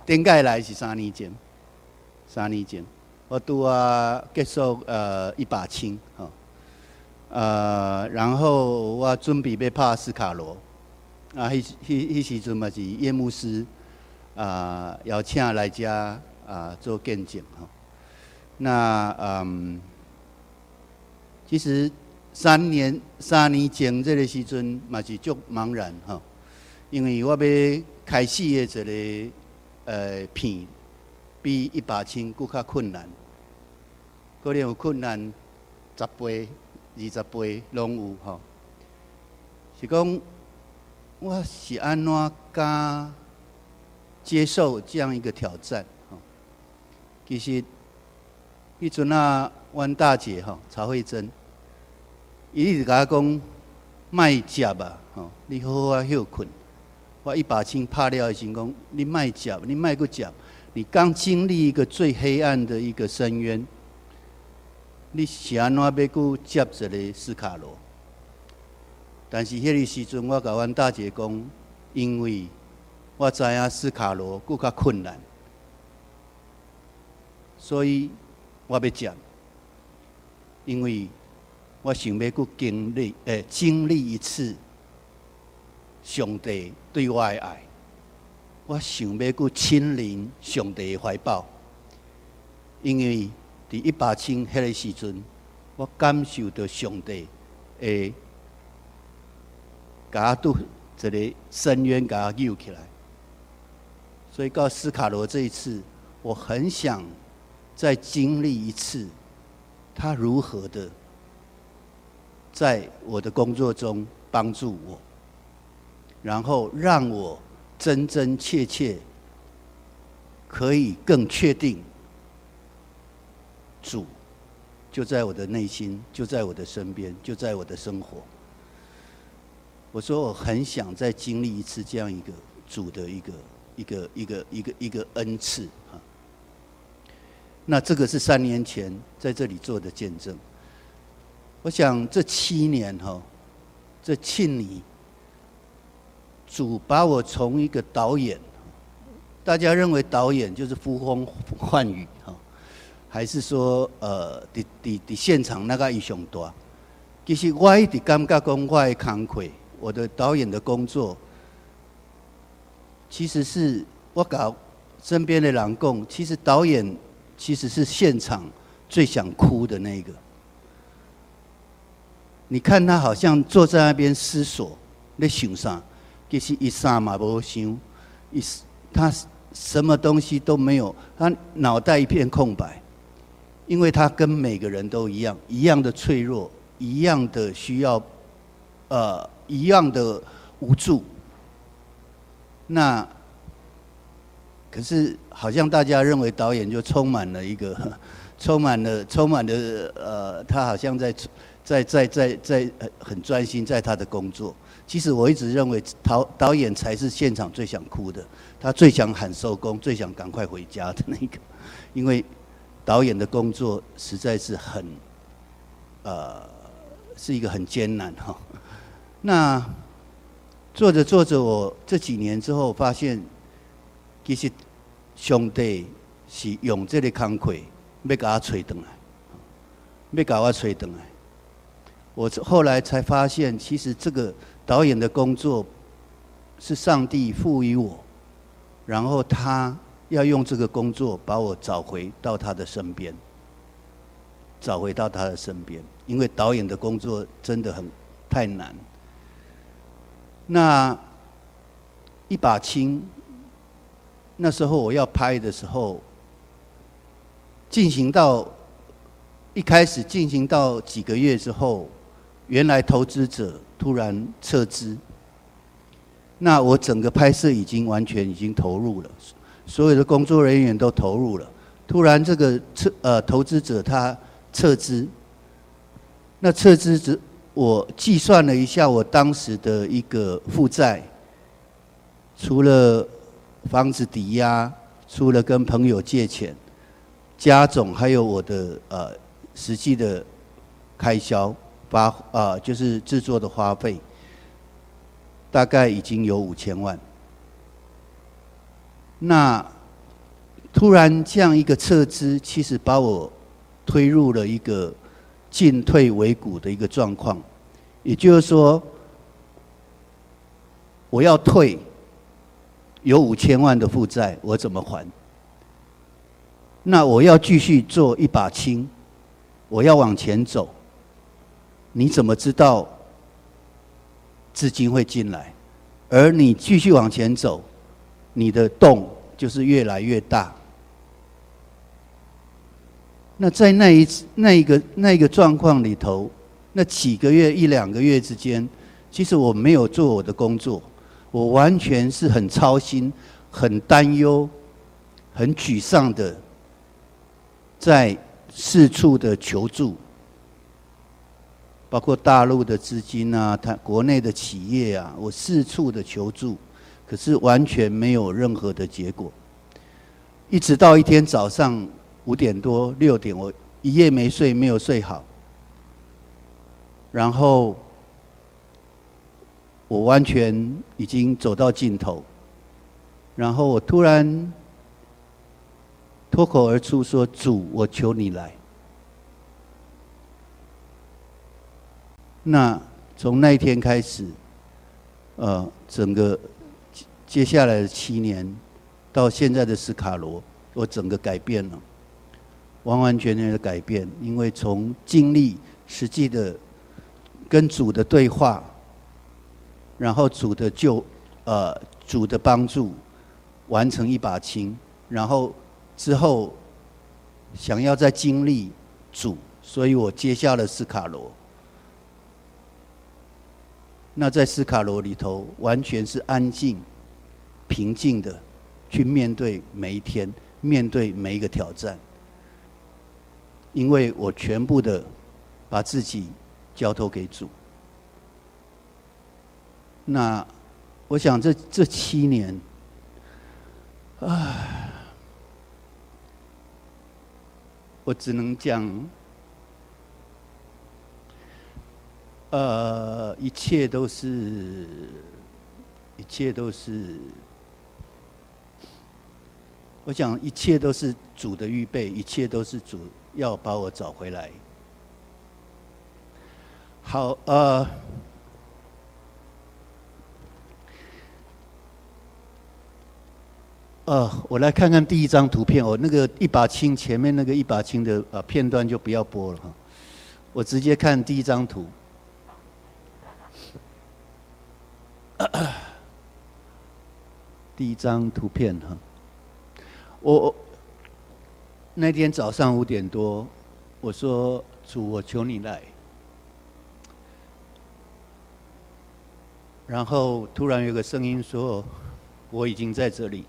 顶届来是3年前，3年前，我拄啊结束一把青吼，然后我准备要拍斯卡罗，迄时阵嘛是叶牧师邀请来遮做见证吼。那其实3年前这个时阵嘛是足茫然吼，因为我要开始的一个片，比一把青更较困难，可能有困难10倍、20倍拢有吼。是讲我是安怎敢接受这样一个挑战吼？其实迄阵阮大姐吼曹慧珍，伊一直甲我讲，莫食啊吼，你好好休困。我一把青拍了的时候讲，你莫食，你莫阁食。你刚经历一个最黑暗的一个深渊，你是安怎要阁接一个斯卡罗？但是迄个时阵，我甲阮大姐讲，因为我知影斯卡罗更较困难，所以我要接，因为我想要阁经历一次上帝对我的爱。我想要阁亲临上帝的怀抱，因为伫一把青迄个时阵，我感受到上帝会甲我拄一个深渊，甲我救起来。所以到斯卡罗这一次，我很想再经历一次他如何的在我的工作中帮助我，然后让我真真切切可以更确定，主就在我的内心，就在我的身边，就在我的生活。我说我很想再经历一次这样一个主的一个恩赐啊。那这个是3年前在这里做的见证。我想这7年这7年。主把我从一个导演，大家认为导演就是呼风唤雨还是说伫现场那个伊上大？其实我一直感觉讲我的工课，我的导演的工作，其实是我甲身边的人讲，其实导演其实是现场最想哭的那个。你看他好像坐在那边思索，在想啥？其实伊啥嘛无想，他什么东西都没有，他脑袋一片空白，因为他跟每个人都一样的脆弱，一样的需要，一样的无助。那可是好像大家认为导演就充满了他好像在很专心在他的工作。其实我一直认为导演才是现场最想哭的，他最想喊收工，最想赶快回家的那个，因为导演的工作实在是是一个很艰难哈。那做着，我这几年之后发现，其实上帝是用这个工课要把我找回来，要把我找回来。我后来才发现，其实这个导演的工作是上帝赋予我，然后他要用这个工作把我找回到他的身边，因为导演的工作真的太难。那一把青，那时候我要拍的时候，一开始进行到几个月之后，原来投资者突然撤资，那我整个拍摄完全已经投入了，所有的工作人员都投入了，突然这个投资者他撤资，那撤资我计算了一下我当时的一个负债，除了房子抵押，除了跟朋友借钱，加总还有我的实际的开销，就是制作的花费，大概已经有5000万。那突然这样一个撤资，其实把我推入了一个进退维谷的一个状况。也就是说，我要退，有5000万的负债，我怎么还？那我要继续做一把青，我要往前走，你怎么知道资金会进来？而你继续往前走，你的洞就是越来越大。那在那一个状况里头，那几个月1-2个月之间，其实我没有做我的工作，我完全是很操心、很担忧、很沮丧的，在四处的求助，包括大陆的资金啊，国内的企业啊，我四处的求助，可是完全没有任何的结果。一直到一天早上5点多6点，我一夜没睡，没有睡好，然后我完全已经走到尽头，然后我突然脱口而出说：“主，我求你来。”那从那一天开始，整个接下来的7年，到现在的斯卡罗，我整个改变了，完完全全的改变。因为从经历实际的跟主的对话，然后主的帮助，完成一把青，然后之后想要再经历主，所以我接下了斯卡罗。那在斯卡罗里头，完全是安静、平静的去面对每一天，面对每一个挑战，因为我全部的把自己交托给主。那我想这7年，我只能讲，一切都是，我想一切都是主的预备，一切都是主要把我找回来。好，我来看看第1张图片。我那个一把青前面那个一把青的片段就不要播了哈，我直接看第1张图。第1张图片哈，我那天早上5点多，我说：“主，我求你来。”然后突然有个声音说：“我已经在这里。”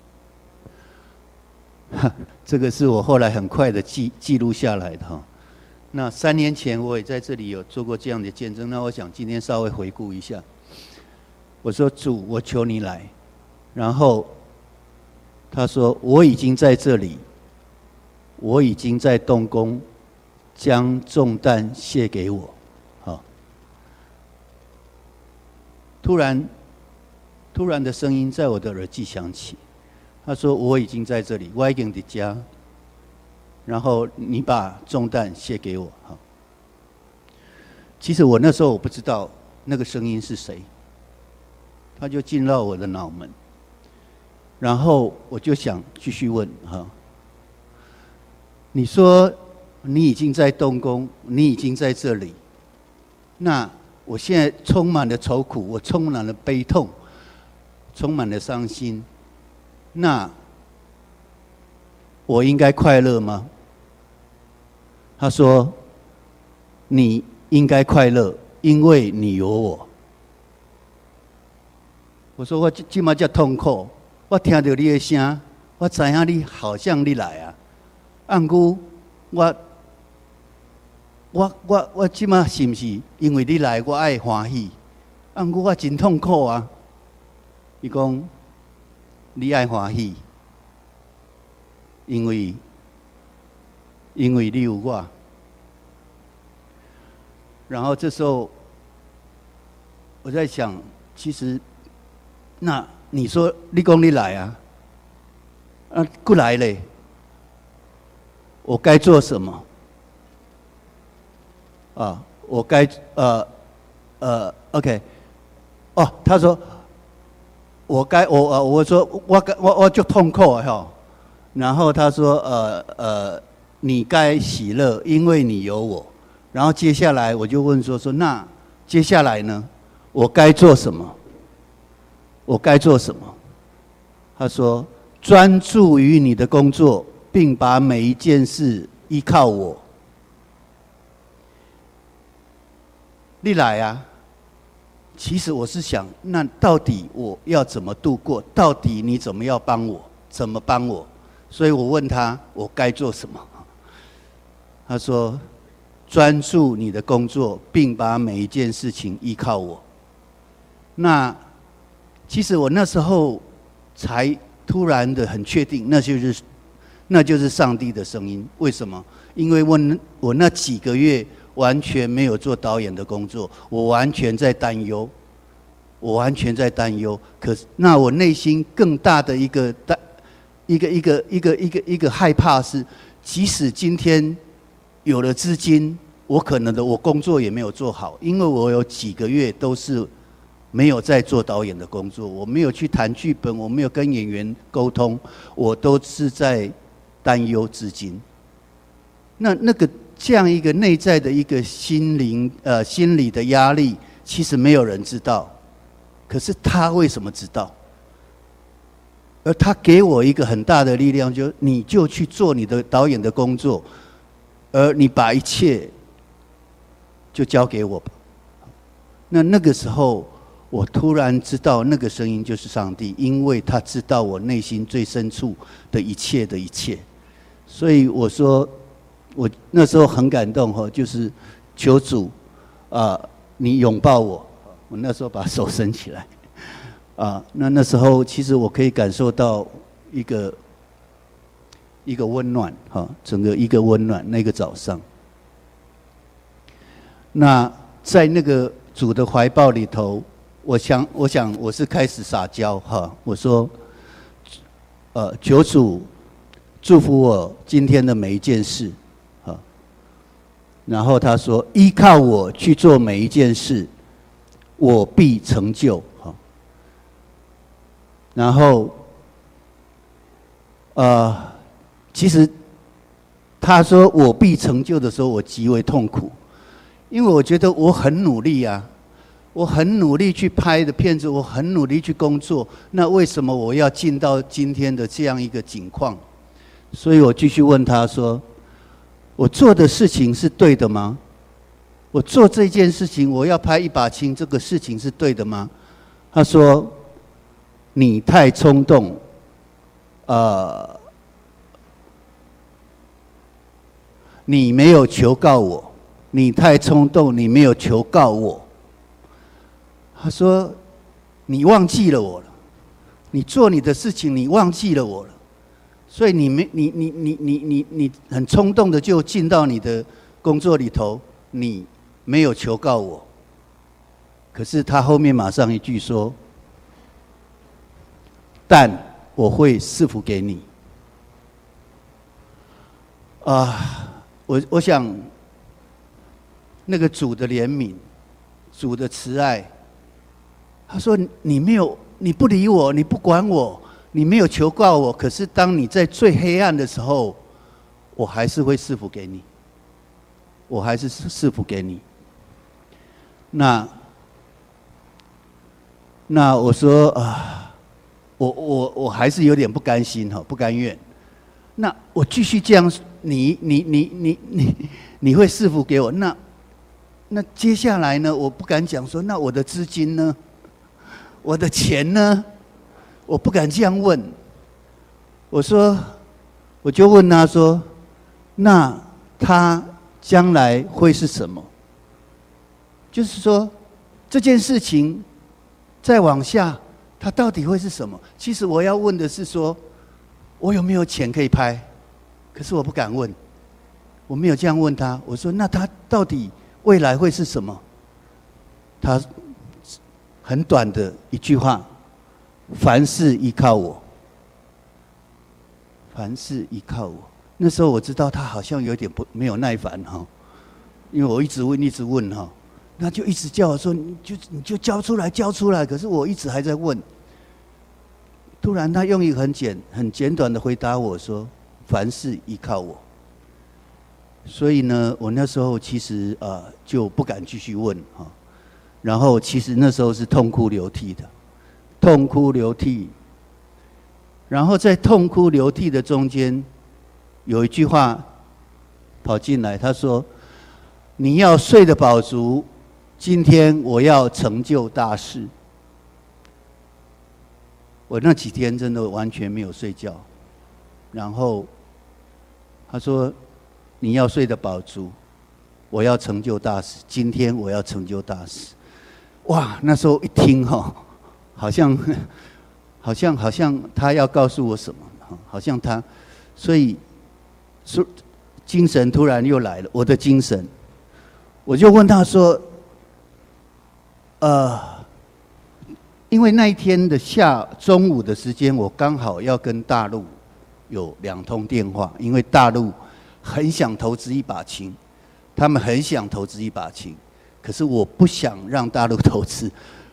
这个是我后来很快的记录下来的哈。那3年前我也在这里有做过这样的见证，那我想今天稍微回顾一下。我说：“主，我求你来。”然后他说：“我已经在这里，我已经在动工，将重担卸给我。”好，突然的声音在我的耳际响起，他说：“我已经在这里，我已经在家，然后你把重担卸给我。”好，其实我那时候我不知道那个声音是谁，他就进到我的脑门，然后我就想继续问哈，你说你已经在动工，你已经在这里，那我现在充满了愁苦，我充满了悲痛，充满了伤心，那我应该快乐吗？他说：“你应该快乐，因为你有我。”我说：“我现在这痛苦，我听到你的声，我知影你好像你来啊。按故我现在是不是因为你来，我爱欢喜？按故我真痛苦啊。”伊讲：“你爱欢喜，因为你有我。”然后这时候我在想，其实那你说你讲你来啊， 过来嘞，我该做什么？啊，我该OK， 哦，他说我说我就痛苦哈，然后他说你该喜乐，因为你有我。然后接下来我就问说那接下来呢？我该做什么？我该做什么？他说专注于你的工作，并把每一件事依靠我。你来啊！其实我是想，那到底我要怎么度过？到底你怎么要帮我？怎么帮我？所以我问他，我该做什么？他说专注你的工作，并把每一件事情依靠我。那其实我那时候才突然的很确定，那就是上帝的声音。为什么？因为我那几个月完全没有做导演的工作，我完全在担忧，可是那我内心更大的一个害怕是，即使今天有了资金，我工作也没有做好，因为我有几个月都是没有在做导演的工作，我没有去谈剧本，我没有跟演员沟通，我都是在担忧资金。那个这样一个内在的一个心理的压力，其实没有人知道，可是他为什么知道？而他给我一个很大的力量，你就去做你的导演的工作，而你把一切就交给我吧。那个时候，我突然知道那个声音就是上帝，因为他知道我内心最深处的一切。所以我说，我那时候很感动就是求主你拥抱我。我那时候把手伸起来那时候其实我可以感受到一个温暖整个一个温暖那个早上。那在那个主的怀抱里头，我想我是开始撒娇我说求主祝福我今天的每一件事然后他说依靠我去做每一件事，我必成就然后其实他说我必成就的时候，我极为痛苦，因为我觉得我很努力我很努力去拍的片子，我很努力去工作，那为什么我要进到今天的这样一个境况？所以我继续问他说，我做的事情是对的吗？我做这件事情，我要拍一把青，这个事情是对的吗？他说你太冲动你没有求告我，你太冲动，你没有求告我。他说你忘记了我了，你做你的事情，你忘记了我了，所以你很冲动的就进到你的工作里头，你没有求告我。可是他后面马上一句说，但我会赐福给你我想那个主的怜悯，主的慈爱，他说你不理我，你不管我，你没有求告我，可是当你在最黑暗的时候，我还是会赐福给你，我还是赐福给你。那我说我还是有点不甘心不甘愿。那我继续这样，你会赐福给我？那接下来呢？我不敢讲说，那我的资金呢？我的钱呢？我不敢这样问。我就问他说，那他将来会是什么？就是说这件事情再往下，他到底会是什么？其实我要问的是说，我有没有钱可以拍？可是我不敢问，我没有这样问他。我说，那他到底未来会是什么？他很短的一句话：凡事依靠我。 凡事依靠我。那时候我知道他好像有点没有耐烦哈，因为我一直问哈，他就一直叫我说你就交出来，可是我一直还在问。突然他用一个很简短的回答我说：“凡事依靠我。”所以呢，我那时候其实就不敢继续问哈。然后其实那时候是痛哭流涕的，痛哭流涕。然后在痛哭流涕的中间，有一句话跑进来，他说：“你要睡得饱足，今天我要成就大事。”我那几天真的完全没有睡觉。然后他说：“你要睡得饱足，我要成就大事。今天我要成就大事。”哇！那时候一听哈，好像他要告诉我什么，好像他，所以精神突然又来了，我的精神，我就问他说：“因为那一天的中午的时间，我刚好要跟大陆有2通电话，因为大陆很想投资一把琴，他们很想投资一把琴，可是我不想让大陆投资，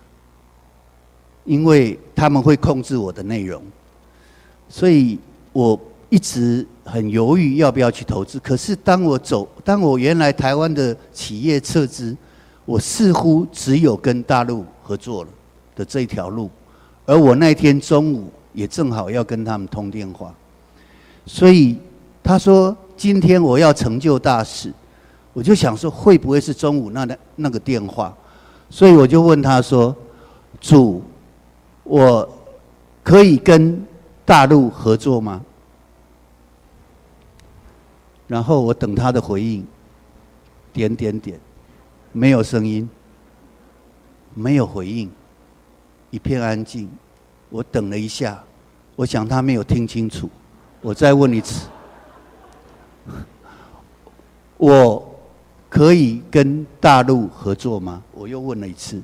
因为他们会控制我的内容，所以我一直很犹豫要不要去投资。可是当我原来台湾的企业撤资，我似乎只有跟大陆合作了的这一条路，而我那天中午也正好要跟他们通电话，所以他说今天我要成就大事，我就想说会不会是中午那个电话，所以我就问他说：“主，我可以跟大陆合作吗？”然后我等他的回应，点，没有声音，没有回应，一片安静。我等了一下，我想他没有听清楚，我再问一次：“我可以跟大陆合作吗？”我又问了一次，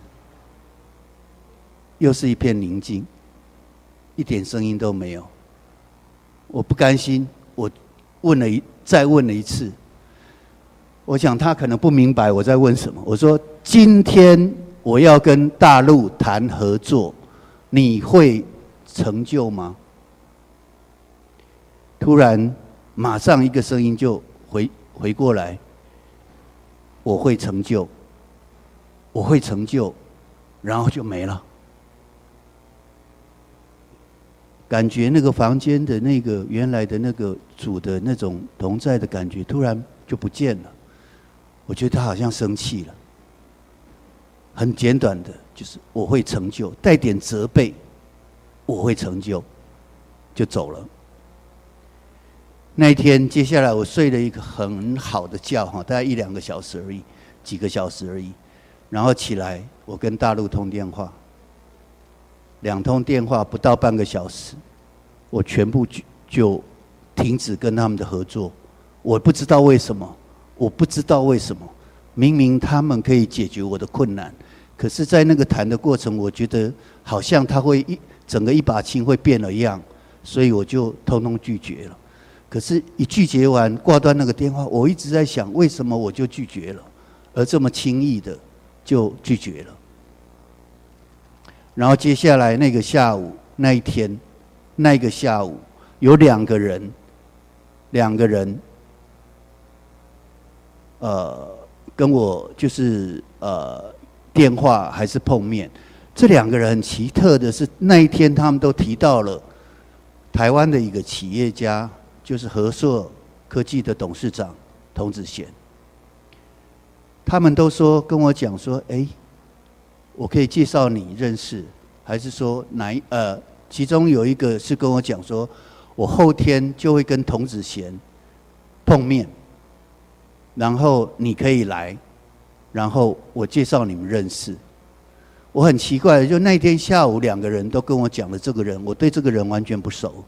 又是一片宁静，一点声音都没有。我不甘心，我再问了一次。我想他可能不明白我在问什么。我说：“今天我要跟大陆谈合作，你会成就吗？”突然，马上一个声音就回过来：“我会成就，我会成就。”然后就没了。感觉那个房间的那个原来的那个主的那种同在的感觉，突然就不见了。我觉得他好像生气了。很简短的，就是我会成就，带点责备，我会成就，就走了。那一天，接下来我睡了一个很好的觉哈，大概1-2个小时而已，几个小时而已。然后起来，我跟大陆通电话，2通电话不到半个小时，我全部就停止跟他们的合作。我不知道为什么，明明他们可以解决我的困难，可是在那个谈的过程，我觉得好像他会整个一把琴会变了样，所以我就通通拒绝了。可是，一拒绝完挂断那个电话，我一直在想，为什么我就拒绝了，而这么轻易的就拒绝了。然后接下来那个下午，那一天，那个下午有2个人，跟我就是电话还是碰面。这2个人很奇特的是，那一天他们都提到了台湾的一个企业家，就是和硕科技的董事长童子贤。他们都说跟我讲说，我可以介绍你认识，还是说其中有一个是跟我讲说，我后天就会跟童子贤碰面，然后你可以来，然后我介绍你们认识。我很奇怪，就那天下午2个人都跟我讲了这个人，我对这个人完全不熟。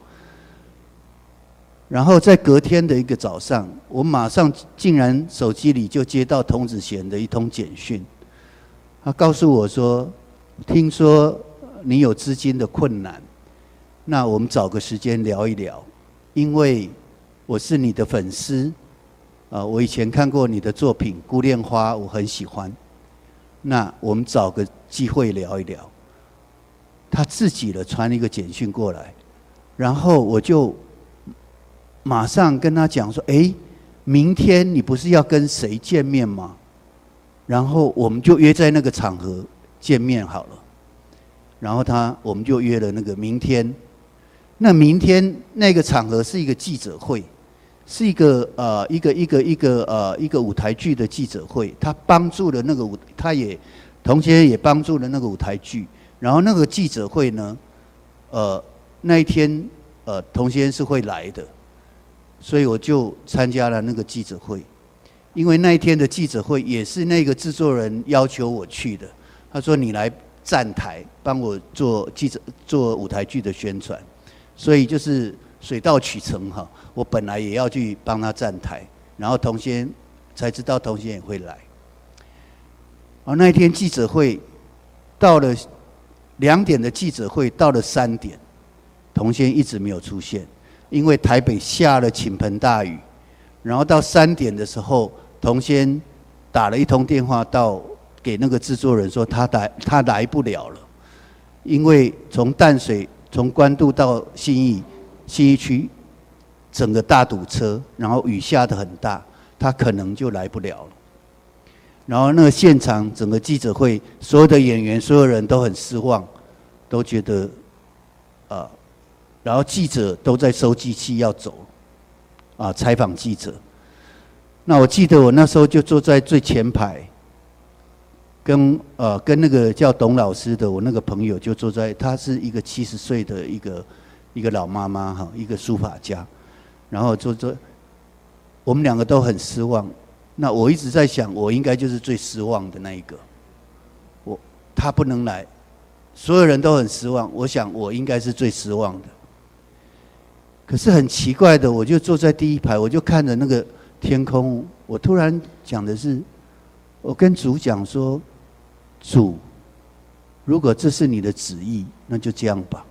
然后在隔天的一个早上，我马上竟然手机里就接到童子贤的一通简讯，他告诉我说，听说你有资金的困难，那我们找个时间聊一聊。 因为我是你的粉丝，我以前看过你的作品《孤恋花》，我很喜欢。那我们找个机会聊一聊。他自己传了一个简讯过来，然后我就马上跟他讲说：“明天你不是要跟谁见面吗？然后我们就约在那个场合见面好了。”然后我们就约了那个明天。那明天那个场合是一个记者会，是一个舞台剧的记者会。他帮助了那个同学也帮助了那个舞台剧。然后那个记者会呢，那一天童先生是会来的，所以我就参加了那个记者会。因为那一天的记者会也是那个制作人要求我去的，他说你来站台帮我做舞台剧的宣传，所以就是水到渠成哈。我本来也要去帮他站台，然后童先生才知道童先生也会来。那一天记者会到了2点的记者会，到了3点，童先生一直没有出现，因为台北下了倾盆大雨。然后到3点的时候，童先生打了一通电话给那个制作人说他来不了了，因为从淡水从关渡到信义区整个大堵车，然后雨下得很大，他可能就来不了了。然后那个现场整个记者会，所有的演员所有人都很失望，都觉得然后记者都在收机器要走采访记者。那我记得我那时候就坐在最前排，跟那个叫董老师的我那个朋友就坐在，他是一个70岁的一个老妈妈哈，一个书法家，然后我们2个都很失望。那我一直在想，我应该就是最失望的那一个。他不能来，所有人都很失望，我想我应该是最失望的。可是很奇怪的，我就坐在第一排，我就看着那个天空，我突然讲的是，我跟主讲说：“主，如果这是你的旨意，那就这样吧。”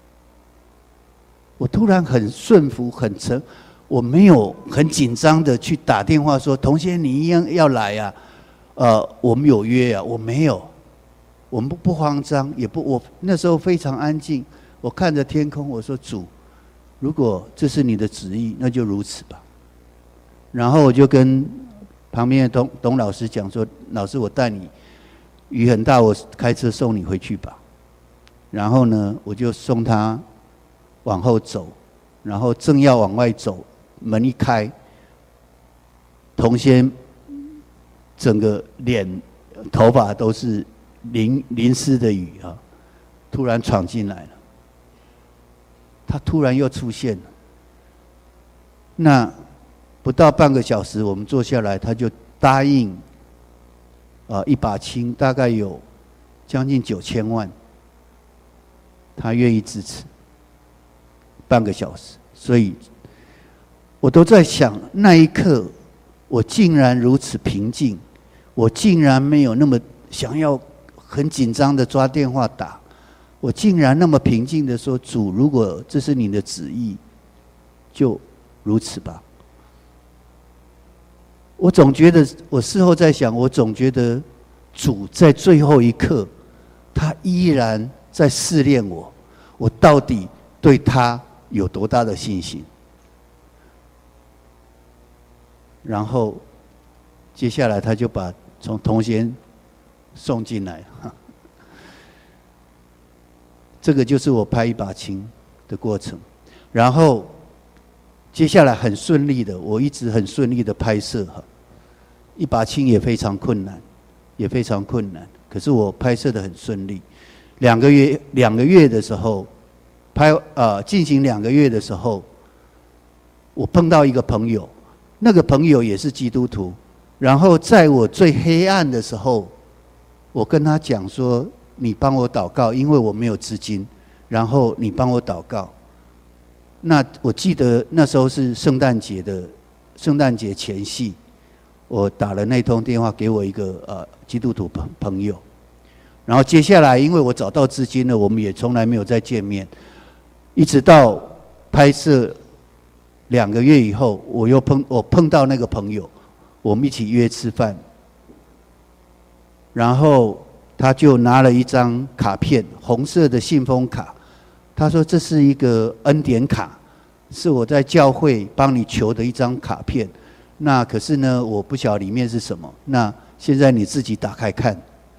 我突然很顺服，我没有很紧张的去打电话说：“童先生，你一样要来啊？我们有约啊。”我没有，我们不慌张，我那时候非常安静，我看着天空，我说：“主，如果这是你的旨意，那就如此吧。”然后我就跟旁边的董老师讲说：“老师，我带你，雨很大，我开车送你回去吧。”然后呢，我就送他往后走，然后正要往外走，门一开，童先整个脸、头发都是淋湿的雨啊，突然闯进来了。他突然又出现了。那不到半个小时，我们坐下来，他就答应，一把青大概有将近9000万，他愿意支持。半个小时，所以我都在想，那一刻我竟然如此平静，我竟然没有那么想要很紧张的抓电话打，我竟然那么平静的说：“主，如果这是你的旨意，就如此吧。”我总觉得，我事后在想，我总觉得主在最后一刻，他依然在试炼我到底对他有多大的信心。然后接下来他就把童先送进来，这个就是我拍一把青的过程。然后接下来很顺利的，我一直很顺利的拍摄一把青也非常困难，可是我拍摄的很顺利。2个月的时候，进行2个月的时候，我碰到一个朋友，那个朋友也是基督徒，然后在我最黑暗的时候，我跟他讲说：“你帮我祷告，因为我没有资金，然后你帮我祷告。”那我记得那时候是圣诞节前夕，我打了那通电话给我一个基督徒朋友，然后接下来因为我找到资金了，我们也从来没有再见面，一直到拍摄 2个月以后，我碰到那个朋友，我们一起约吃饭，然后他就拿了一张卡片，红色的信封卡，他说这是一个恩典卡，是我在教会帮你求的一张卡片。那可是呢，我不晓得里面是什么。那现在你自己打开看。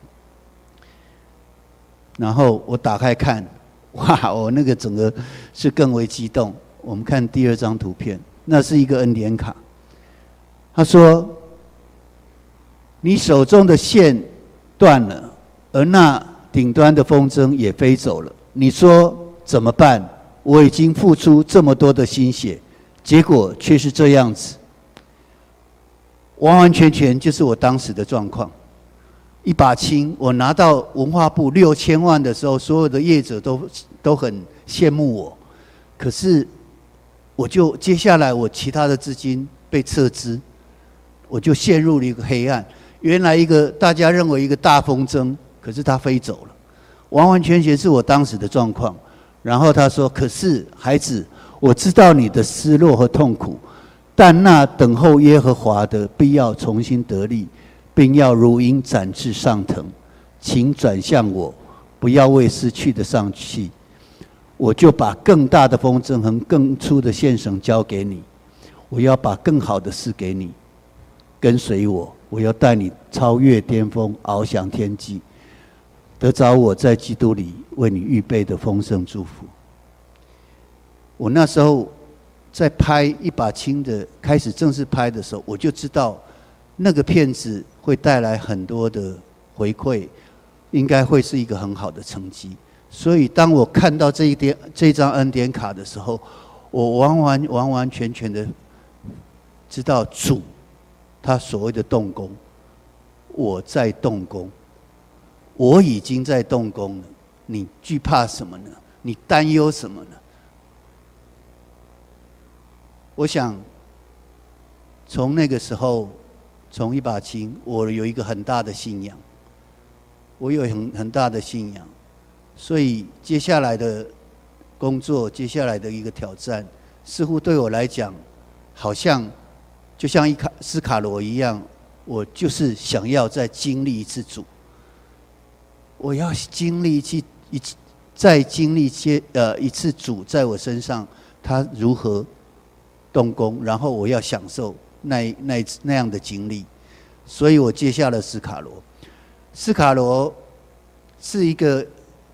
然后我打开看，哇，我那个整个是更为激动。我们看第2张图片，那是一个恩典卡。他说：“你手中的线断了，而那顶端的风筝也飞走了。你说怎么办？我已经付出这么多的心血，结果却是这样子。”完完全全就是我当时的状况。一把青，我拿到文化部6000万的时候，所有的业者都很羡慕我。可是，我就接下来我其他的资金被撤资，我就陷入了一个黑暗。原来一个大家认为一个大风筝，可是它飞走了，完完全全是我当时的状况。然后他说：“可是孩子，我知道你的失落和痛苦。”但那等候耶和华的必要重新得力，并要如鹰展翅上腾。请转向我，不要为失去的丧气。我就把更大的风筝和更粗的线绳交给你。我要把更好的事给你，跟随我，我要带你超越巅峰，翱翔天际，得着我在基督里为你预备的丰盛祝福。我那时候在拍一把青的开始正式拍的时候，我就知道那个片子会带来很多的回馈，应该会是一个很好的成绩。所以当我看到这张恩典卡的时候，我完完全全的知道主他所谓的动工，我在动工，我已经在动工了。你惧怕什么呢？你担忧什么呢？我想，从那个时候，从一把青，我有一个很大的信仰，我有很大的信仰，所以接下来的工作，接下来的一个挑战，似乎对我来讲，好像就像斯卡罗一样，我就是想要再经历一次主，我要经历再经历一次主在我身上，他如何动工，然后我要享受那样的经历，所以我接下了斯卡罗。斯卡罗是一个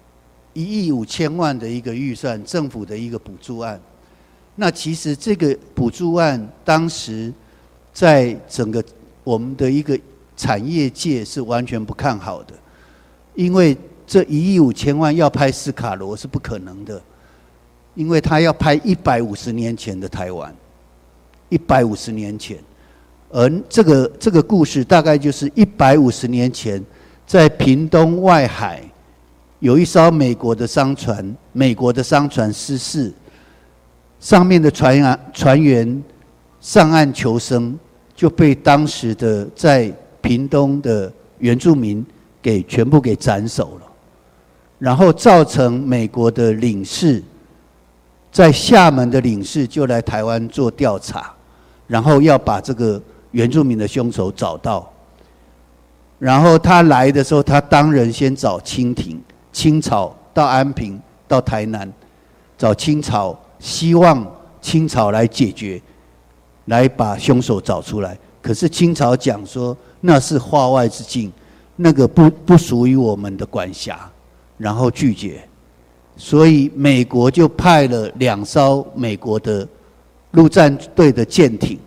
1亿5千万的一个预算，政府的一个补助案。那其实这个补助案当时在整个我们的一个产业界是完全不看好的，因为这1亿5千万要拍斯卡罗是不可能的，因为他要拍150年前的台湾。150年前，而这个故事大概就是150年前，在屏东外海有一艘美国的商船失事，上面的船员上岸求生，就被当时的在屏东的原住民全部给斩首了，然后造成美国的领事在厦门的领事就来台湾做调查。然后要把这个原住民的凶手找到，然后他来的时候，他当然先找清朝到安平到台南，找清朝，希望清朝来解决，来把凶手找出来。可是清朝讲说那是化外之境，那个不属于我们的管辖，然后拒绝，所以美国就派了2艘美国的陆战队的舰艇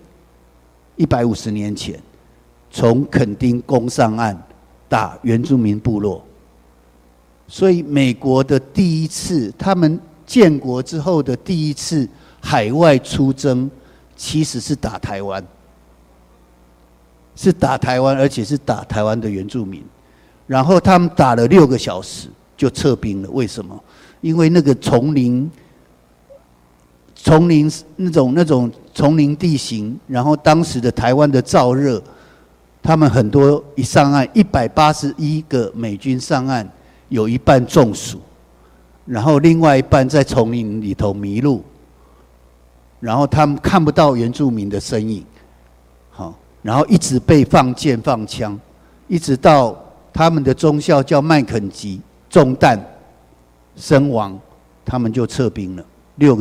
，150年前从垦丁攻上岸，打原住民部落。所以美国的第一次，他们建国之后的第一次海外出征，其实是打台湾，而且是打台湾的原住民。然后他们打了6个小时就撤兵了。为什么？因为那个丛林那种丛林地形，然后当时的台湾的燥热，他们很多一上岸，181个美军上岸，有一半中暑，然后另外一半在丛林里头迷路， 然后他们看不到原住民的身影，好，然后一直被放箭放枪，一直到他们的中校叫麦肯吉中弹身亡，他们就撤兵了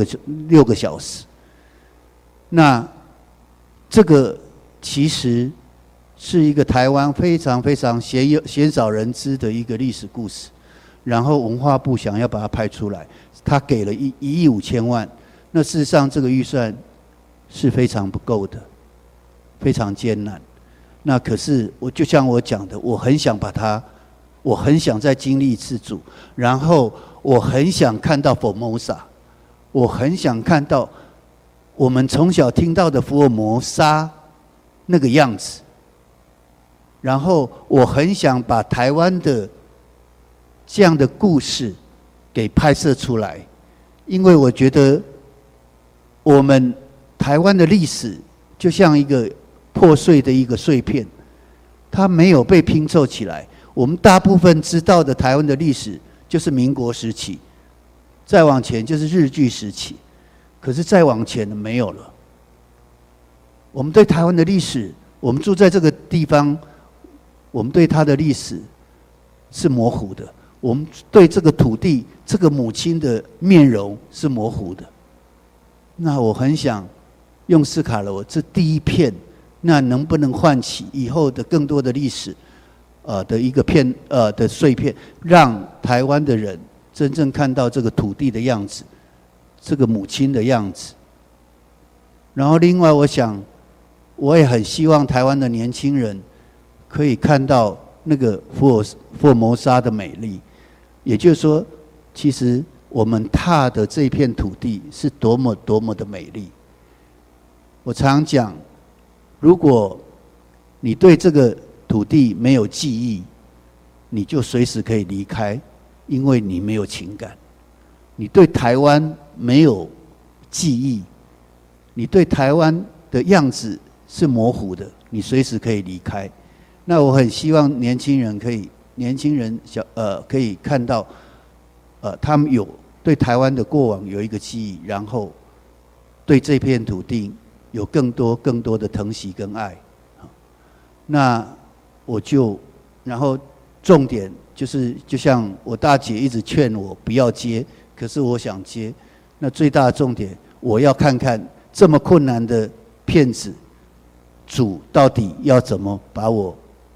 6个小时。那这个其实是一个台湾非常非常鲜少人知的一个历史故事，然后文化部想要把它拍出来，他给了1亿5千万。那事实上，这个预算是非常不够的，非常艰难。那可是就像我讲的，我很想再经历一次主，然后我很想看到 Formosa， 我很想看到我们从小听到的福尔摩沙那个样子，然后我很想把台湾的这样的故事给拍摄出来，因为我觉得我们台湾的历史就像一个破碎的一个碎片，它没有被拼凑起来。我们大部分知道的台湾的历史就是民国时期，再往前就是日据时期，可是再往前的没有了。我们对台湾的历史，我们住在这个地方，我们对它的历史是模糊的，我们对这个土地、这个母亲的面容是模糊的。那我很想用斯卡罗这第一片，那能不能唤起以后的更多的历史，的一个的碎片，让台湾的人真正看到这个土地的样子，这个母亲的样子。然后另外，我也很希望台湾的年轻人可以看到那个福尔摩沙的美丽，也就是说，其实我们踏的这片土地是多么多么的美丽。我常讲，如果你对这个土地没有记忆，你就随时可以离开，因为你没有情感。你对台湾没有记忆，你对台湾的样子是模糊的，你随时可以离开。那我很希望年轻人可以看到，他们有对台湾的过往有一个记忆，然后对这片土地有更多的疼惜跟爱。那然后重点就是，就像我大姐一直劝我不要接，可是我想接。那最大的重点，我要看看这么困难的片子，主到底要怎么把我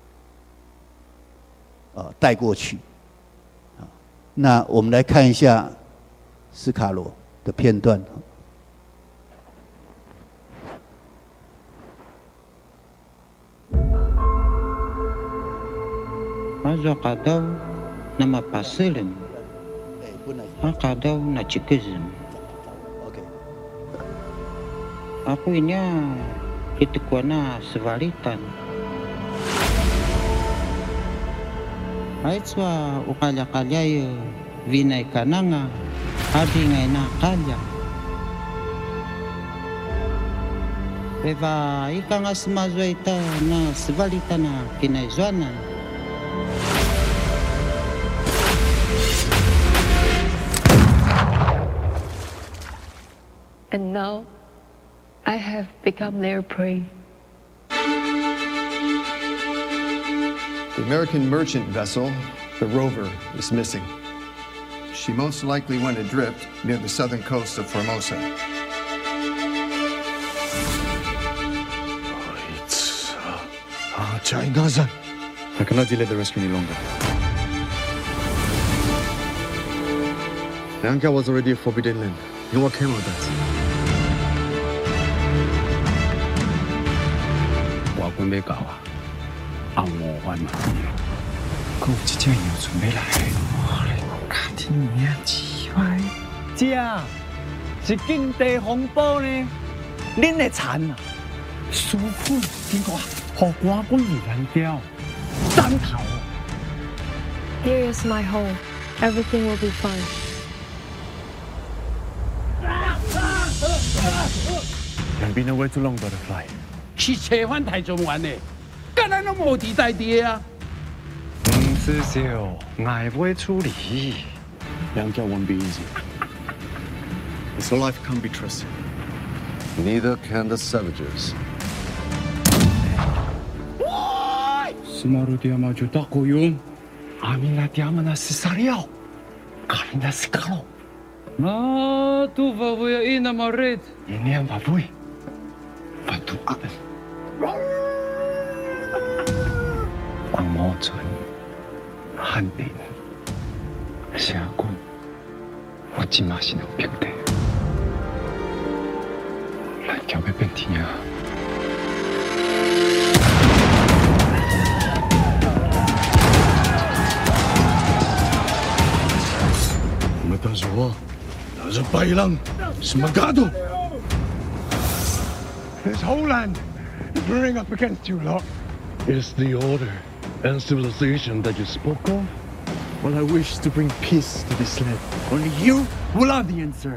带过去。那我们来看一下斯卡罗的片段。 Azokadaw na mapasilim, akadaw na chikizim. Ako inya itikwa na svalitan. Aitswa ukalya-kalya vinay kananga, adi ngay na kalya. Eva ika nga smazwa ita na svalita na kinaizwanan. And now, I have become their prey. The American merchant vessel, the Rover, is missing. She most likely went adrift near the southern coast of Formosa. It's China-san. I cannot delay the rescue any longer. The anchor was already a forbidden land. You know what came of that? 我准备搞啊，按我换嘛。 哥，这件有准备来，看天你啊，奇怪。 这是境地风暴呢，恁会惨啊！ 纾困经过，互官官而人掉，斩头。 Here is my home. Everything will be fine. You've been away too long, butterfly. 去切换太中玩呢，干咱拢无地代地啊！ 师兄，我会处理。 Young girl won't be easy. This life can't be trusted. Neither can the savages. Semaru dia maju tak koyum. Amina dia mana sesariau. Karena sekalo. Ma tu vavuya ina marit. Ini yang babui. Bantuan. Ang Mochun, Han Bin, Xia Kun, 我今嘛是能平地，咱叫要变天啊！ 我当时我，那是白狼，什么嘎都。 This whole land is rearing up against you lot. Is the order and civilization that you spoke of? Well, I wish to bring peace to this land. Only you will have the answer.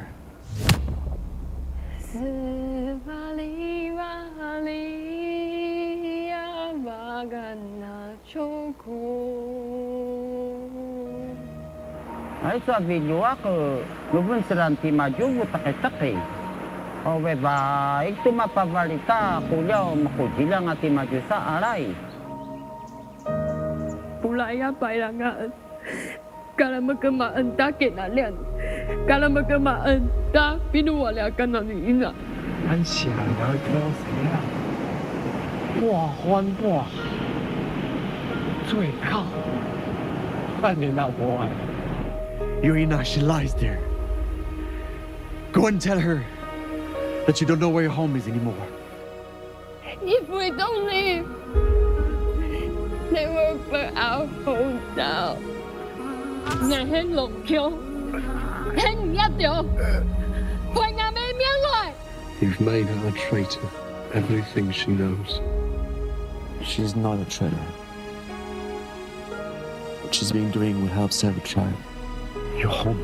ay sabi niyo ako, lubun seranti maju butak-taki. O beba, itu mapabalita, kuliah makujilang ati maju sa aray. Pulaya bailangan. Kalau magkamaan ta kinalian. Kalau magkamaan ta pinuwala ka na ni ina. 俺想要挑谁啊？我还我，最靠，看你那我。Yurina, she lies there. Go and tell her that you don't know where your home is anymore. If we don't leave, they will burn our home down. Ngài hên lục kêu, hên nhất điều, quay ngà mê miếng rồi. You've made her a traitor. Everything she knows. She's not a traitor. What she's been doing will help save a child. Your home.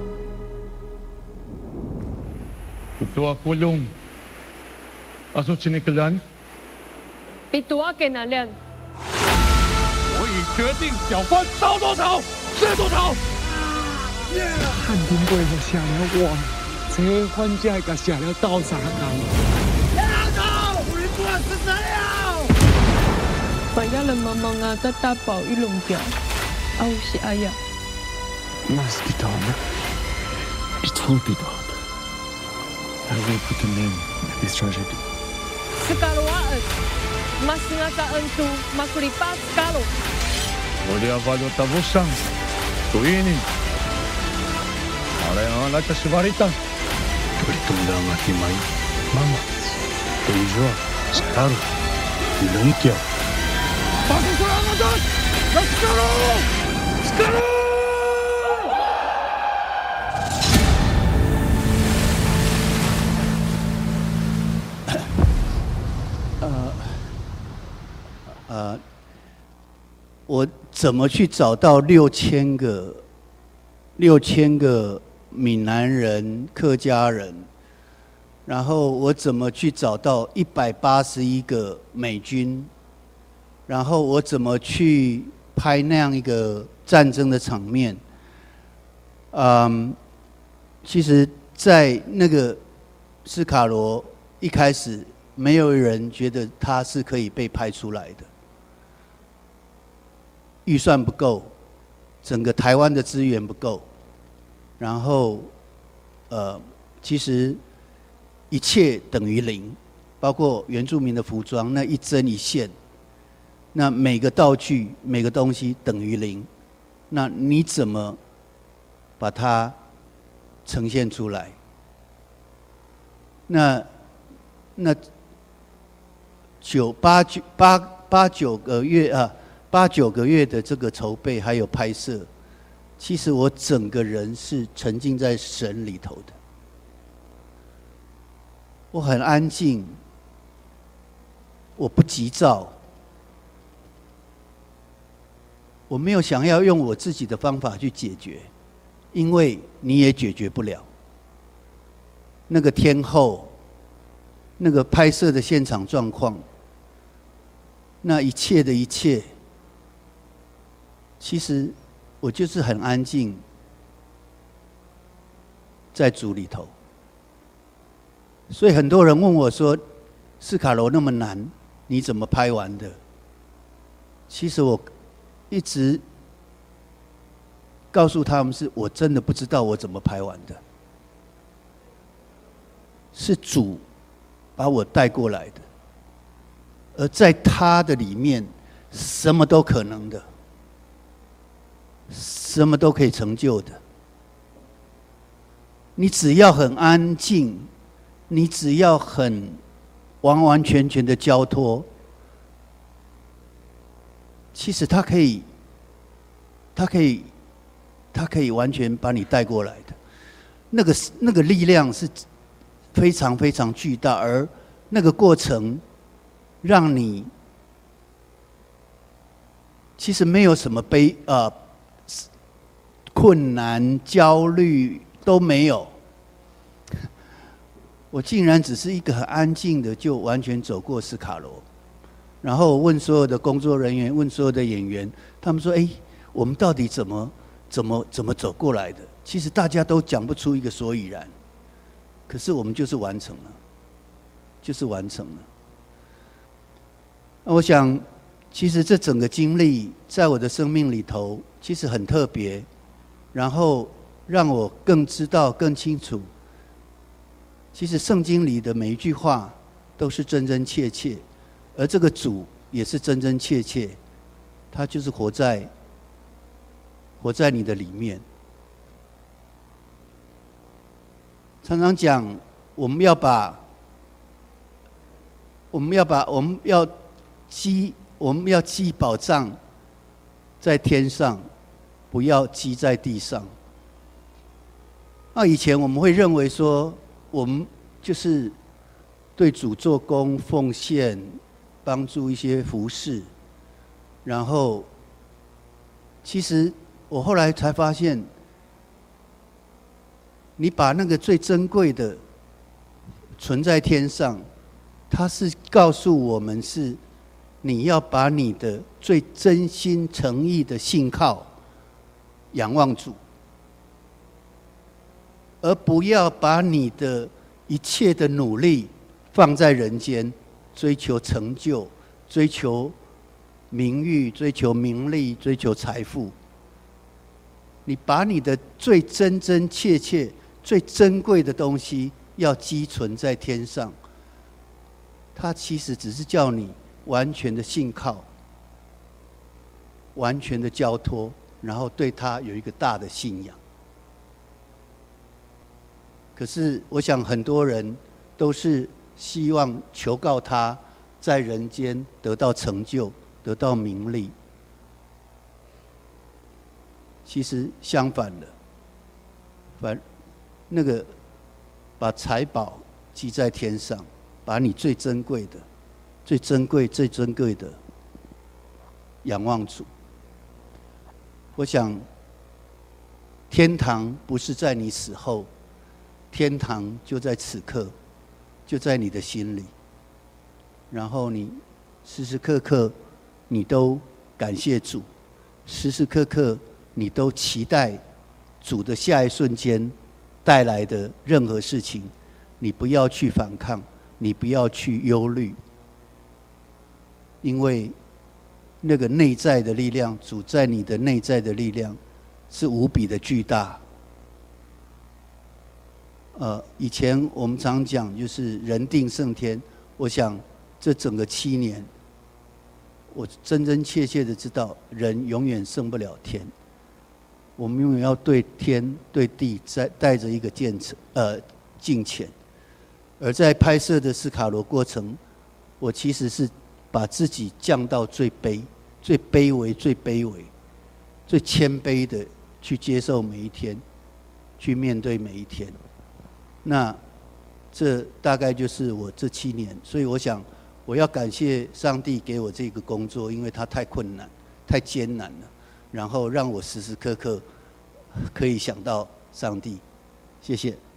Ito kulong. Aso sinikalan? Pitua kinalian. 我已决定，小贩烧多少是多少。汉丁贵就下了我，这番家个下了刀啥干？别走，我不是这样。 Pagkalan mga tatapaw ilong dyan. Aw si Aya. Must be done. It will be done. I will put an end to this tragedy. Sekarwaan. Mas ngataan to maklipas kalo. 우리 아빠도 따보상 도인이 아래야 나타 시바리타 Bertundang hati mai, mama. Tujuh, sekarang, dilengkiau. Pakai kurang atas, sekarang, sekarang. 我怎么去找到6000个闽南人、客家人？然后我怎么去找到181个美军？然后我怎么去拍那样一个战争的场面？其实，在那个斯卡罗一开始，没有人觉得他是可以被拍出来的。 预算不够，整个台湾的资源不够，然后，其实一切等于零，包括原住民的服装，那一针一线，那每个道具、每个东西等于零，那你怎么把它呈现出来？那八九个月啊。 8、9个月的这个筹备还有拍摄，其实我整个人是沉浸在神里头的。我很安静，我不急躁，我没有想要用我自己的方法去解决，因为你也解决不了。那个天候，那个拍摄的现场状况，那一切的一切。 其实我就是很安静，在组里头。 所以很多人问我说：“斯卡罗那么难，你怎么拍完的？”其实我一直告诉他们，是我真的不知道我怎么拍完的，是主把我带过来的，而在他的里面，什么都可能的，什么都可以成就的。你只要很安静，你只要很完完全全的交托，其实他可以完全把你带过来的。那个力量是非常非常巨大，而那个过程让你其实没有什么困难、焦虑都没有。我竟然只是一个很安静的，就完全走过斯卡罗。然后问所有的工作人员，问所有的演员，他们说：“哎，我们到底怎么走过来的？”其实大家都讲不出一个所以然，可是我们就是完成了，就是完成了。那我想，其实这整个经历在我的生命里头，其实很特别，然后让我更知道、更清楚，其实圣经里的每一句话都是真真切切。而这个主也是真真切切，他就是活在你的里面。常常讲，我们要积宝藏在天上，不要积在地上。那以前我们会认为说，我们就是对主做工奉献，帮助一些服事，然后其实我后来才发现，你把那个最珍贵的存在天上，它是告诉我们是你要把你的最真心诚意的信靠仰望主，而不要把你的一切的努力放在人间，追求成就，追求名誉，追求名利，追求财富。你把你的最真真切切、最珍贵的东西要积存在天上，它其实只是叫你完全的信靠，完全的交托，然后对他有一个大的信仰。可是我想很多人都是希望求告他在人间得到成就，得到名利。其实相反的，那个把财宝积在天上，把你最珍贵的、最珍贵的仰望主。我想，天堂不是在你死后，天堂就在此刻，就在你的心里。然后你时时刻刻你都感谢主，时时刻刻你都期待主的下一瞬间带来的任何事情，你不要去反抗，你不要去忧虑，因为那个内在的力量，主在你的内在的力量是无比的巨大。以前我们常讲就是人定胜天，我想这整个7年，我真真切切的知道，人永远胜不了天。我们永远要对天对地带着一个敬虔。而在拍摄的斯卡罗过程，我其实是把自己降到最卑微、最谦卑的去接受每一天，去面对每一天。那这大概就是我这7年，所以我想我要感谢上帝给我这个工作，因为它太困难、太艰难了，然后让我时时刻刻可以想到上帝。谢谢。